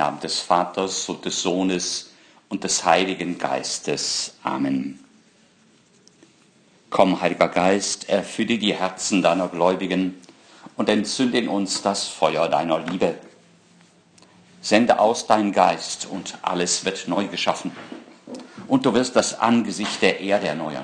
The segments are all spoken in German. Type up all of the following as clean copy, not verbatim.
Namen des Vaters und des Sohnes und des Heiligen Geistes. Amen. Komm, Heiliger Geist, erfülle die Herzen deiner Gläubigen und entzünde in uns das Feuer deiner Liebe. Sende aus deinen Geist und alles wird neu geschaffen. Und du wirst das Angesicht der Erde erneuern.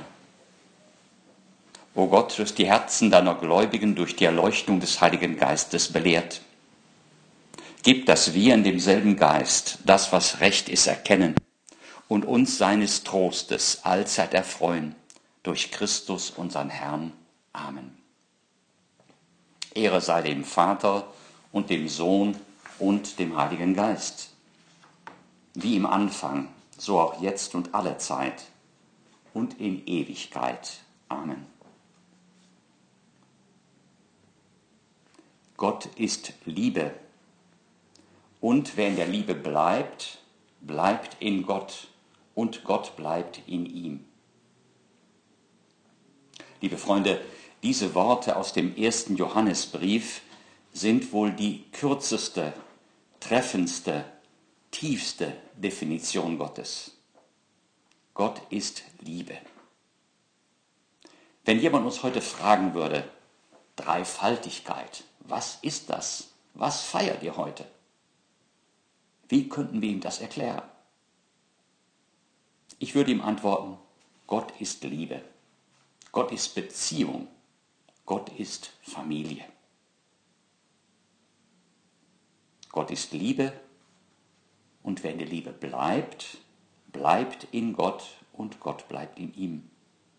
O Gott, du hast die Herzen deiner Gläubigen durch die Erleuchtung des Heiligen Geistes belehrt. Gib, dass wir in demselben Geist das, was recht ist, erkennen und uns seines Trostes allzeit erfreuen, durch Christus, unseren Herrn. Amen. Ehre sei dem Vater und dem Sohn und dem Heiligen Geist, wie im Anfang, so auch jetzt und allezeit und in Ewigkeit. Amen. Gott ist Liebe. Und wer in der Liebe bleibt, bleibt in Gott und Gott bleibt in ihm. Liebe Freunde, diese Worte aus dem 1. Johannesbrief sind wohl die kürzeste, treffendste, tiefste Definition Gottes. Gott ist Liebe. Wenn jemand uns heute fragen würde, Dreifaltigkeit, was ist das? Was feiert ihr heute? Wie könnten wir ihm das erklären? Ich würde ihm antworten, Gott ist Liebe. Gott ist Beziehung. Gott ist Familie. Gott ist Liebe und wer in der Liebe bleibt, bleibt in Gott und Gott bleibt in ihm.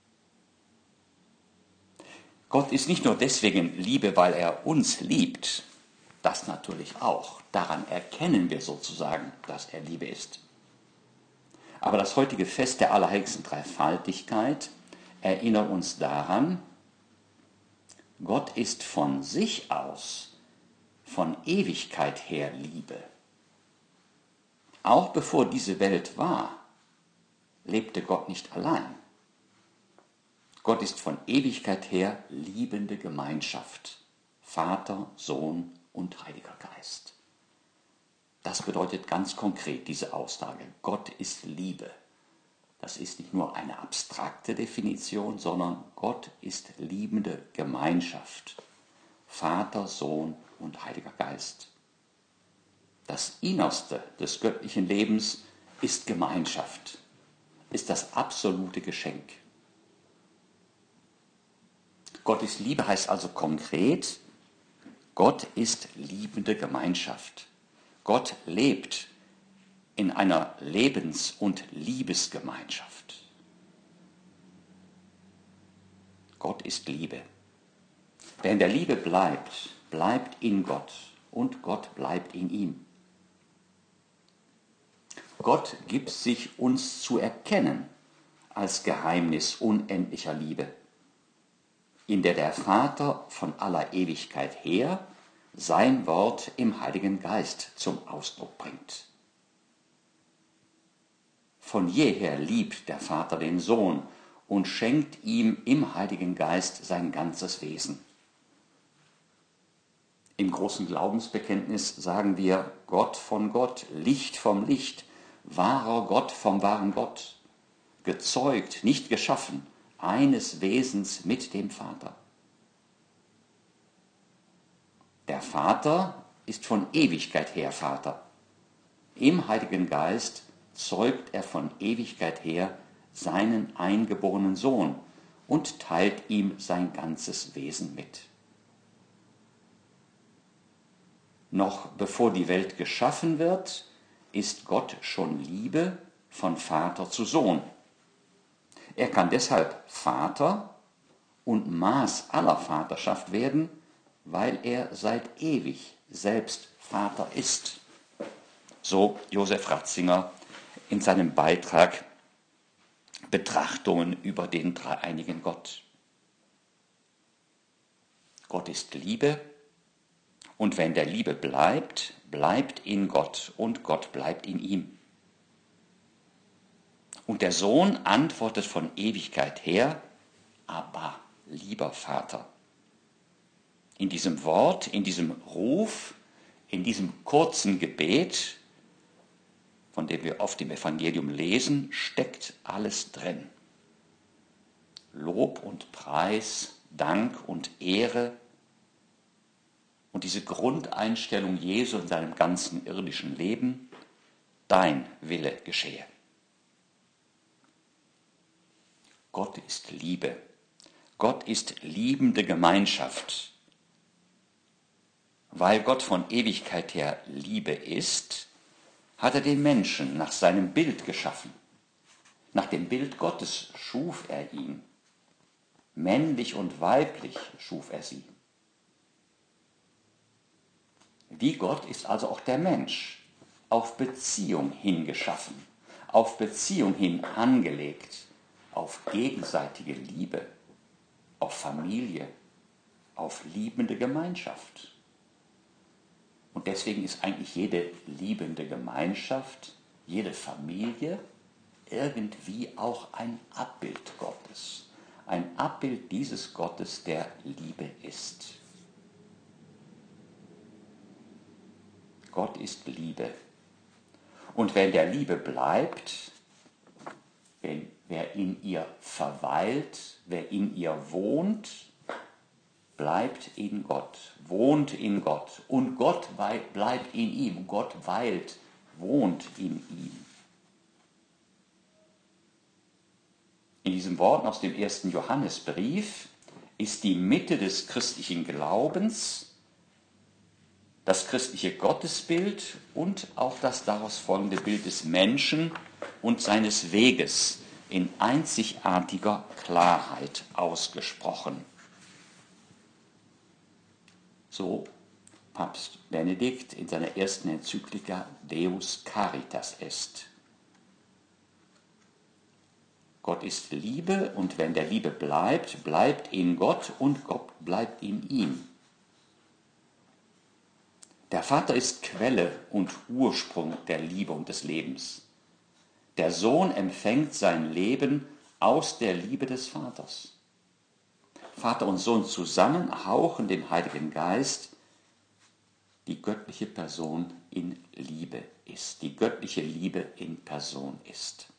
Gott ist nicht nur deswegen Liebe, weil er uns liebt, das natürlich auch. Daran erkennen wir sozusagen, dass er Liebe ist. Aber das heutige Fest der Allerheiligsten Dreifaltigkeit erinnert uns daran, Gott ist von sich aus, von Ewigkeit her Liebe. Auch bevor diese Welt war, lebte Gott nicht allein. Gott ist von Ewigkeit her liebende Gemeinschaft, Vater, Sohn und Heiliger Geist. Das bedeutet ganz konkret diese Aussage, Gott ist Liebe. Das ist nicht nur eine abstrakte Definition, sondern Gott ist liebende Gemeinschaft, Vater, Sohn und Heiliger Geist. Das Innerste des göttlichen Lebens ist Gemeinschaft, ist das absolute Geschenk. Gott ist Liebe heißt also konkret, Gott ist liebende Gemeinschaft. Gott lebt in einer Lebens- und Liebesgemeinschaft. Gott ist Liebe. Wer in der Liebe bleibt, bleibt in Gott und Gott bleibt in ihm. Gott gibt sich uns zu erkennen als Geheimnis unendlicher Liebe, in der der Vater von aller Ewigkeit her sein Wort im Heiligen Geist zum Ausdruck bringt. Von jeher liebt der Vater den Sohn und schenkt ihm im Heiligen Geist sein ganzes Wesen. Im großen Glaubensbekenntnis sagen wir Gott von Gott, Licht vom Licht, wahrer Gott vom wahren Gott, gezeugt, nicht geschaffen, eines Wesens mit dem Vater. Der Vater ist von Ewigkeit her Vater. Im Heiligen Geist zeugt er von Ewigkeit her seinen eingeborenen Sohn und teilt ihm sein ganzes Wesen mit. Noch bevor die Welt geschaffen wird, ist Gott schon Liebe von Vater zu Sohn. Er kann deshalb Vater und Maß aller Vaterschaft werden, weil er seit ewig selbst Vater ist. So Josef Ratzinger in seinem Beitrag Betrachtungen über den dreieinigen Gott. Gott ist Liebe und wer in der Liebe bleibt, bleibt in Gott und Gott bleibt in ihm. Und der Sohn antwortet von Ewigkeit her, aber lieber Vater. In diesem Wort, in diesem Ruf, in diesem kurzen Gebet von dem wir oft im Evangelium lesen, steckt alles drin. Lob und Preis, Dank und Ehre und diese Grundeinstellung Jesu in seinem ganzen irdischen Leben, dein Wille geschehe. Gott ist Liebe. Gott ist liebende Gemeinschaft. Weil Gott von Ewigkeit her Liebe ist, hat er den Menschen nach seinem Bild geschaffen. Nach dem Bild Gottes schuf er ihn. Männlich und weiblich schuf er sie. Wie Gott ist also auch der Mensch auf Beziehung hingeschaffen, auf Beziehung hin angelegt, auf gegenseitige Liebe, auf Familie, auf liebende Gemeinschaft. Und deswegen ist eigentlich jede liebende Gemeinschaft, jede Familie irgendwie auch ein Abbild Gottes. Ein Abbild dieses Gottes, der Liebe ist. Gott ist Liebe. Und wenn der Liebe bleibt, wer in ihr verweilt, wer in ihr wohnt, bleibt in Gott, wohnt in Gott. Und Gott bleibt in ihm. Gott weilt, wohnt in ihm. In diesen Worten aus dem 1. Johannesbrief ist die Mitte des christlichen Glaubens, das christliche Gottesbild und auch das daraus folgende Bild des Menschen und seines Weges in einzigartiger Klarheit ausgesprochen. So Papst Benedikt in seiner ersten Enzyklika Deus Caritas Est. Gott ist Liebe und wenn der Liebe bleibt, bleibt in Gott und Gott bleibt in ihm. Der Vater ist Quelle und Ursprung der Liebe und des Lebens. Der Sohn empfängt sein Leben aus der Liebe des Vaters. Vater und Sohn zusammen hauchen dem Heiligen Geist die göttliche Person in Liebe ist, die göttliche Liebe in Person ist.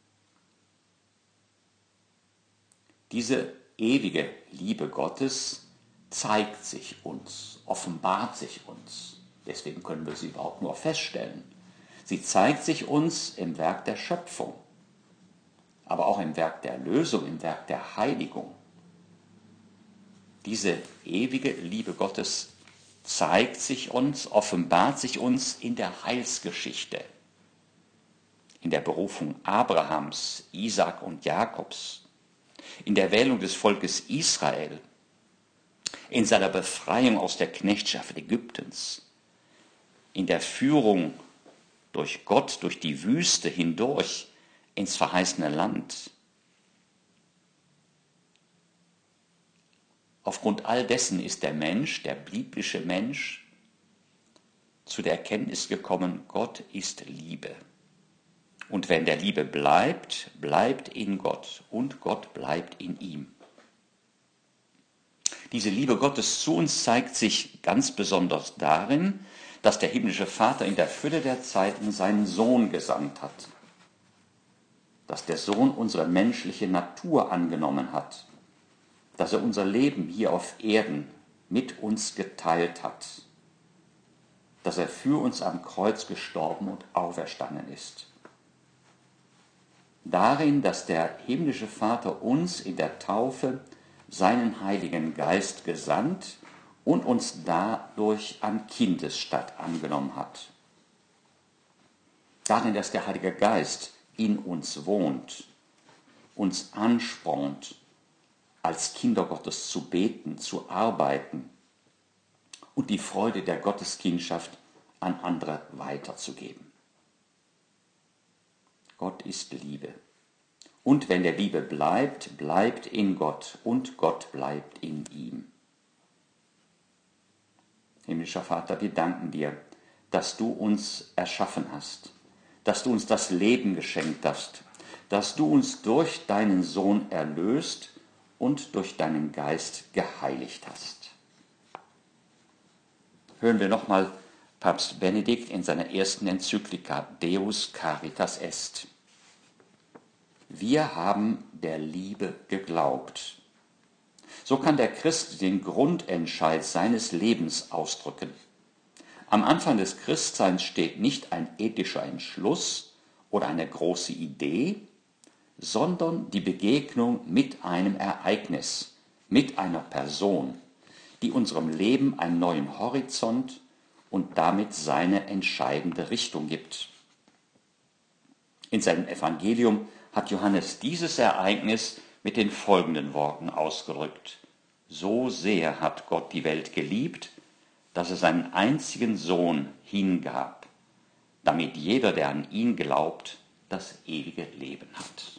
Diese ewige Liebe Gottes zeigt sich uns, offenbart sich uns. Deswegen können wir sie überhaupt nur feststellen. Sie zeigt sich uns im Werk der Schöpfung, aber auch im Werk der Erlösung, im Werk der Heiligung. Diese ewige Liebe Gottes zeigt sich uns, offenbart sich uns in der Heilsgeschichte, in der Berufung Abrahams, Isaak und Jakobs, in der Wählung des Volkes Israel, in seiner Befreiung aus der Knechtschaft Ägyptens, in der Führung durch Gott durch die Wüste hindurch ins verheißene Land. Aufgrund all dessen ist der Mensch, der biblische Mensch, zu der Erkenntnis gekommen, Gott ist Liebe. Und wenn der Liebe bleibt, bleibt in Gott und Gott bleibt in ihm. Diese Liebe Gottes zu uns zeigt sich ganz besonders darin, dass der himmlische Vater in der Fülle der Zeiten seinen Sohn gesandt hat. Dass der Sohn unsere menschliche Natur angenommen hat. Dass er unser Leben hier auf Erden mit uns geteilt hat. Dass er für uns am Kreuz gestorben und auferstanden ist. Darin, dass der himmlische Vater uns in der Taufe seinen Heiligen Geist gesandt und uns dadurch an Kindesstatt angenommen hat. Darin, dass der Heilige Geist in uns wohnt, uns anspornt, als Kinder Gottes zu beten, zu arbeiten und die Freude der Gotteskindschaft an andere weiterzugeben. Gott ist Liebe. Und wenn der Liebe bleibt, bleibt in Gott und Gott bleibt in ihm. Himmlischer Vater, wir danken dir, dass du uns erschaffen hast, dass du uns das Leben geschenkt hast, dass du uns durch deinen Sohn erlöst und durch deinen Geist geheiligt hast. Hören wir nochmal Papst Benedikt in seiner ersten Enzyklika Deus Caritas Est. Wir haben der Liebe geglaubt. So kann der Christ den Grundentscheid seines Lebens ausdrücken. Am Anfang des Christseins steht nicht ein ethischer Entschluss oder eine große Idee, sondern die Begegnung mit einem Ereignis, mit einer Person, die unserem Leben einen neuen Horizont und damit seine entscheidende Richtung gibt. In seinem Evangelium hat Johannes dieses Ereignis mit den folgenden Worten ausgedrückt: So sehr hat Gott die Welt geliebt, dass er seinen einzigen Sohn hingab, damit jeder, der an ihn glaubt, das ewige Leben hat.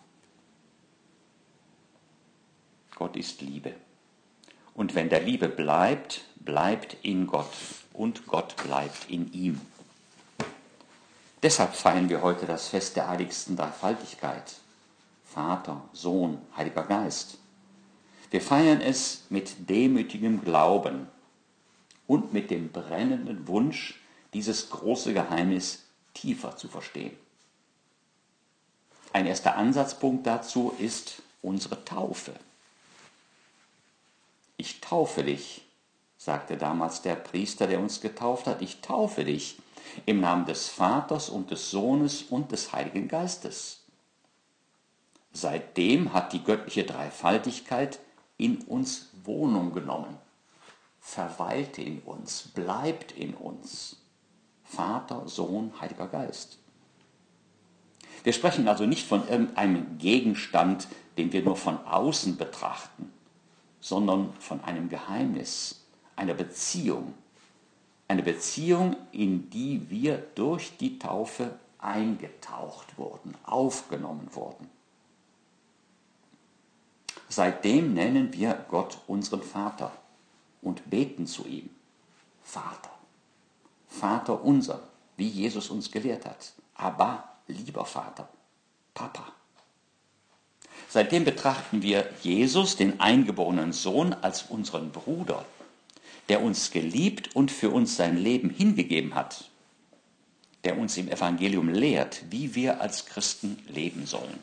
Gott ist Liebe. Und wenn der Liebe bleibt, bleibt in Gott und Gott bleibt in ihm. Deshalb feiern wir heute das Fest der heiligsten Dreifaltigkeit. Vater, Sohn, Heiliger Geist. Wir feiern es mit demütigem Glauben und mit dem brennenden Wunsch, dieses große Geheimnis tiefer zu verstehen. Ein erster Ansatzpunkt dazu ist unsere Taufe. Ich taufe dich, sagte damals der Priester, der uns getauft hat, ich taufe dich im Namen des Vaters und des Sohnes und des Heiligen Geistes. Seitdem hat die göttliche Dreifaltigkeit in uns Wohnung genommen, verweilt in uns, bleibt in uns. Vater, Sohn, Heiliger Geist. Wir sprechen also nicht von irgendeinem Gegenstand, den wir nur von außen betrachten, sondern von einem Geheimnis, einer Beziehung. Eine Beziehung, in die wir durch die Taufe eingetaucht wurden, aufgenommen wurden. Seitdem nennen wir Gott unseren Vater und beten zu ihm. Vater. Vater unser, wie Jesus uns gelehrt hat. Abba, lieber Vater. Papa. Seitdem betrachten wir Jesus, den eingeborenen Sohn, als unseren Bruder, der uns geliebt und für uns sein Leben hingegeben hat, der uns im Evangelium lehrt, wie wir als Christen leben sollen.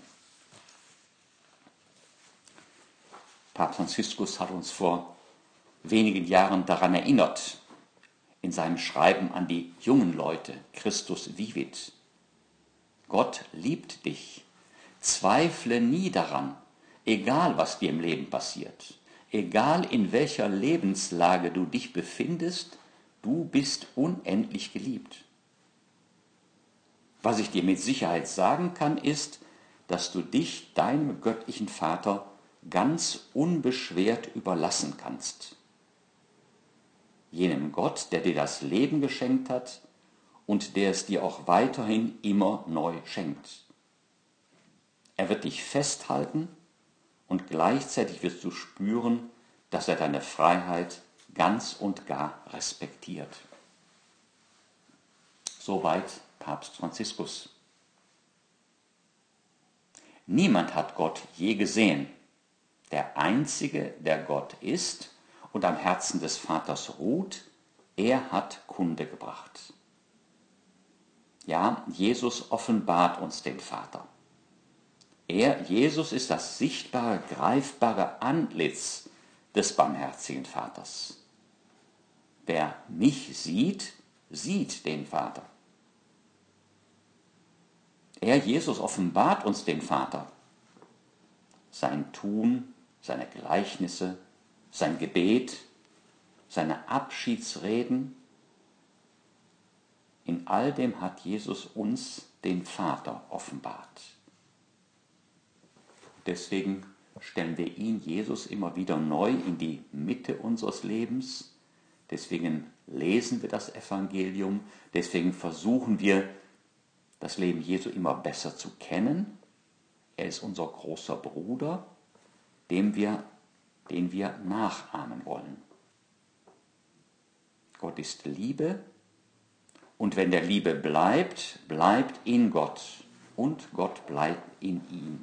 Papst Franziskus hat uns vor wenigen Jahren daran erinnert, in seinem Schreiben an die jungen Leute, Christus vivit. Gott liebt dich. Zweifle nie daran, egal was dir im Leben passiert, egal in welcher Lebenslage du dich befindest, du bist unendlich geliebt. Was ich dir mit Sicherheit sagen kann, ist, dass du dich deinem göttlichen Vater ganz unbeschwert überlassen kannst. Jenem Gott, der dir das Leben geschenkt hat und der es dir auch weiterhin immer neu schenkt. Er wird dich festhalten und gleichzeitig wirst du spüren, dass er deine Freiheit ganz und gar respektiert. Soweit Papst Franziskus. Niemand hat Gott je gesehen. Der Einzige, der Gott ist und am Herzen des Vaters ruht, er hat Kunde gebracht. Ja, Jesus offenbart uns den Vater. Jesus, ist das sichtbare, greifbare Antlitz des barmherzigen Vaters. Wer mich sieht, sieht den Vater. Jesus, offenbart uns den Vater. Sein Tun, seine Gleichnisse, sein Gebet, seine Abschiedsreden. In all dem hat Jesus uns den Vater offenbart. Deswegen stellen wir ihn, Jesus, immer wieder neu in die Mitte unseres Lebens. Deswegen lesen wir das Evangelium. Deswegen versuchen wir, das Leben Jesu immer besser zu kennen. Er ist unser großer Bruder, den wir nachahmen wollen. Gott ist Liebe und wenn der Liebe bleibt, bleibt in Gott und Gott bleibt in ihm.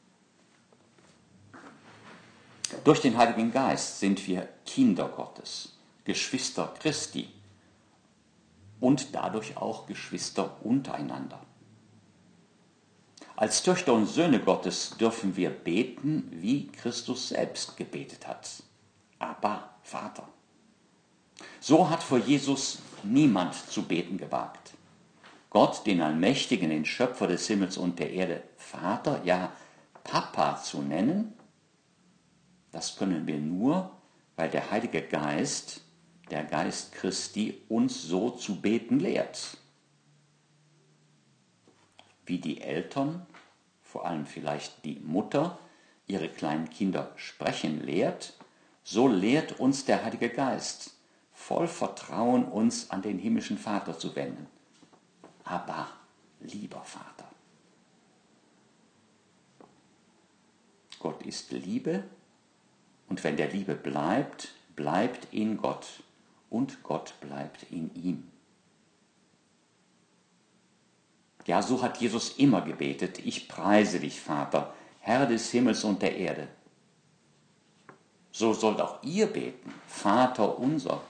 Durch den Heiligen Geist sind wir Kinder Gottes, Geschwister Christi. und dadurch auch Geschwister untereinander. Als Töchter und Söhne Gottes dürfen wir beten, wie Christus selbst gebetet hat. Abba, Vater. So hat vor Jesus niemand zu beten gewagt. Gott, den Allmächtigen, den Schöpfer des Himmels und der Erde, Vater, ja Papa zu nennen, das können wir nur, weil der Heilige Geist, der Geist Christi, uns so zu beten lehrt. Wie die Eltern, vor allem vielleicht die Mutter, ihre kleinen Kinder sprechen lehrt, so lehrt uns der Heilige Geist, voll Vertrauen uns an den himmlischen Vater zu wenden. Aber, lieber Vater. Gott ist Liebe, und wenn der Liebe bleibt, bleibt in Gott und Gott bleibt in ihm. Ja, so hat Jesus immer gebetet: Ich preise dich, Vater, Herr des Himmels und der Erde. So sollt auch ihr beten: Vater unser.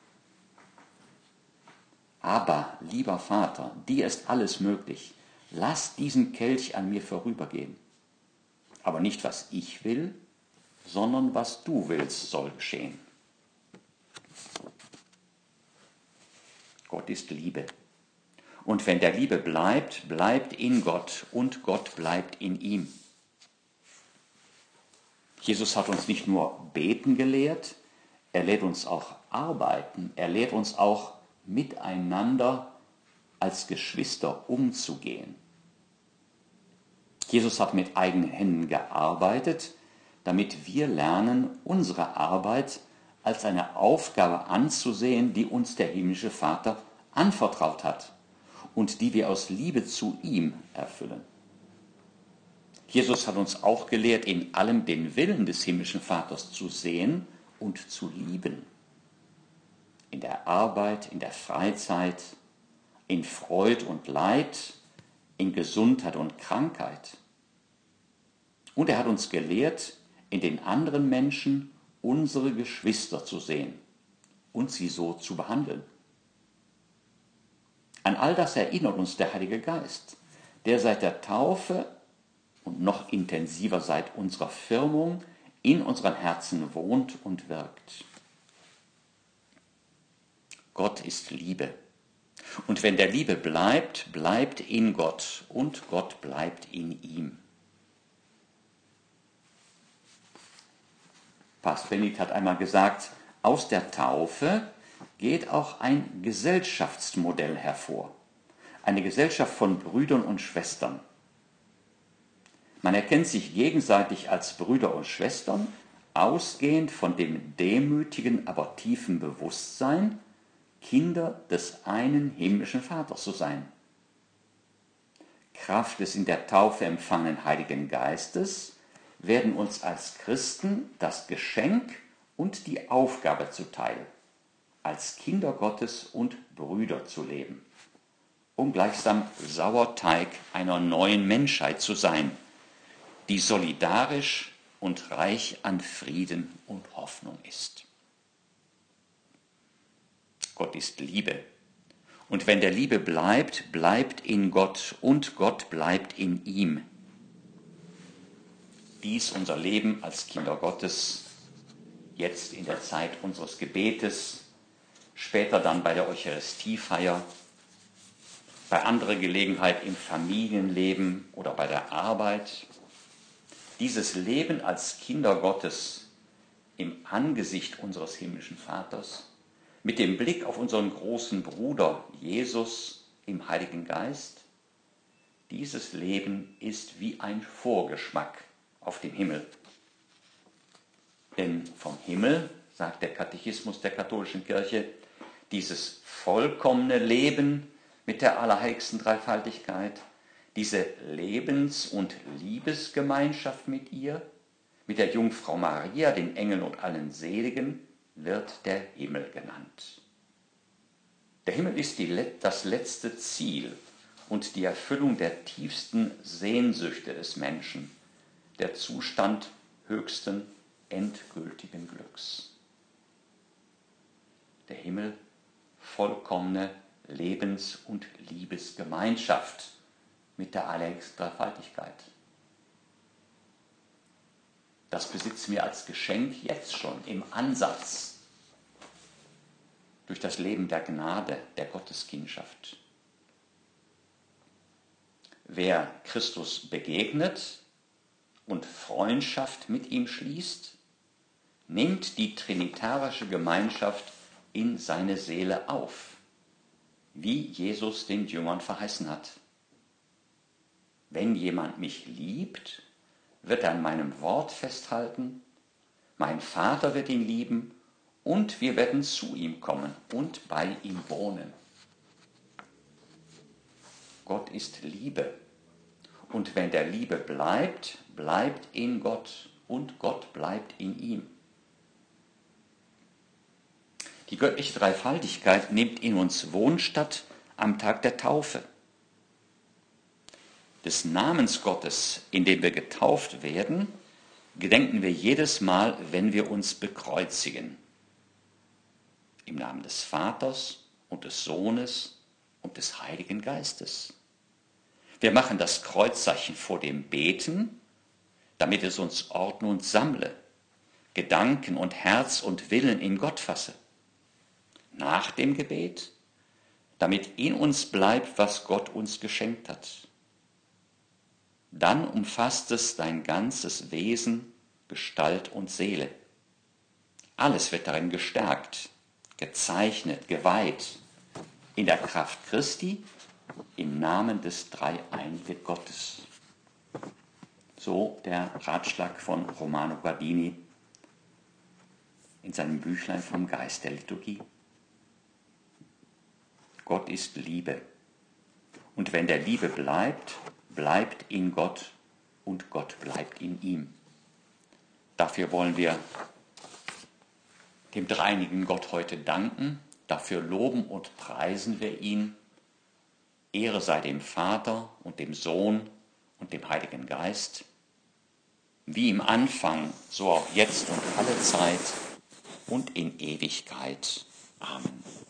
Aber, lieber Vater, dir ist alles möglich. Lass diesen Kelch an mir vorübergehen. Aber nicht, was ich will, sondern was du willst, soll geschehen. Gott ist Liebe. Und wenn der Liebe bleibt, bleibt in Gott und Gott bleibt in ihm. Jesus hat uns nicht nur beten gelehrt, er lehrt uns auch arbeiten, er lehrt uns auch miteinander als Geschwister umzugehen. Jesus hat mit eigenen Händen gearbeitet, damit wir lernen, unsere Arbeit als eine Aufgabe anzusehen, die uns der himmlische Vater anvertraut hat und die wir aus Liebe zu ihm erfüllen. Jesus hat uns auch gelehrt, in allem den Willen des himmlischen Vaters zu sehen und zu lieben. In der Arbeit, in der Freizeit, in Freud und Leid, in Gesundheit und Krankheit. Und er hat uns gelehrt, in den anderen Menschen unsere Geschwister zu sehen und sie so zu behandeln. An all das erinnert uns der Heilige Geist, der seit der Taufe und noch intensiver seit unserer Firmung in unseren Herzen wohnt und wirkt. Gott ist Liebe. Und wenn der Liebe bleibt, bleibt in Gott und Gott bleibt in ihm. Papst Benedikt hat einmal gesagt, aus der Taufe geht auch ein Gesellschaftsmodell hervor. Eine Gesellschaft von Brüdern und Schwestern. Man erkennt sich gegenseitig als Brüder und Schwestern, ausgehend von dem demütigen, aber tiefen Bewusstsein, Kinder des einen himmlischen Vaters zu sein. Kraft des in der Taufe empfangenen Heiligen Geistes werden uns als Christen das Geschenk und die Aufgabe zuteil, als Kinder Gottes und Brüder zu leben, um gleichsam Sauerteig einer neuen Menschheit zu sein, die solidarisch und reich an Frieden und Hoffnung ist. Gott ist Liebe. Und wenn der Liebe bleibt, bleibt in Gott und Gott bleibt in ihm. Dies unser Leben als Kinder Gottes, jetzt in der Zeit unseres Gebetes, später dann bei der Eucharistiefeier, bei anderer Gelegenheit im Familienleben oder bei der Arbeit. Dieses Leben als Kinder Gottes im Angesicht unseres himmlischen Vaters, mit dem Blick auf unseren großen Bruder Jesus im Heiligen Geist, dieses Leben ist wie ein Vorgeschmack auf dem Himmel. Denn vom Himmel, sagt der Katechismus der katholischen Kirche, dieses vollkommene Leben mit der allerheiligsten Dreifaltigkeit, diese Lebens- und Liebesgemeinschaft mit ihr, mit der Jungfrau Maria, den Engeln und allen Seligen, wird der Himmel genannt. Der Himmel ist das letzte Ziel und die Erfüllung der tiefsten Sehnsüchte des Menschen, der Zustand höchsten, endgültigen Glücks. Der Himmel, vollkommene Lebens- und Liebesgemeinschaft mit der allerhöchsten Dreifaltigkeit. Das besitzen wir als Geschenk jetzt schon im Ansatz durch das Leben der Gnade, der Gotteskindschaft. Wer Christus begegnet und Freundschaft mit ihm schließt, nimmt die trinitarische Gemeinschaft in seine Seele auf, wie Jesus den Jüngern verheißen hat. Wenn jemand mich liebt, wird er an meinem Wort festhalten, mein Vater wird ihn lieben und wir werden zu ihm kommen und bei ihm wohnen. Gott ist Liebe und wenn der Liebe bleibt, bleibt in Gott und Gott bleibt in ihm. Die göttliche Dreifaltigkeit nimmt in uns Wohnstatt am Tag der Taufe. Des Namens Gottes, in dem wir getauft werden, gedenken wir jedes Mal, wenn wir uns bekreuzigen. Im Namen des Vaters und des Sohnes und des Heiligen Geistes. Wir machen das Kreuzzeichen vor dem Beten, damit es uns ordne und sammle, Gedanken und Herz und Willen in Gott fasse. Nach dem Gebet, damit in uns bleibt, was Gott uns geschenkt hat. Dann umfasst es dein ganzes Wesen, Gestalt und Seele. Alles wird darin gestärkt, gezeichnet, geweiht, in der Kraft Christi, im Namen des Dreieinigen Gottes. So der Ratschlag von Romano Guardini in seinem Büchlein vom Geist der Liturgie. Gott ist Liebe. Und wenn der Liebe bleibt, bleibt in Gott und Gott bleibt in ihm. Dafür wollen wir dem dreieinigen Gott heute danken. Dafür loben und preisen wir ihn. Ehre sei dem Vater und dem Sohn und dem Heiligen Geist. Wie im Anfang, so auch jetzt und alle Zeit und in Ewigkeit. Amen.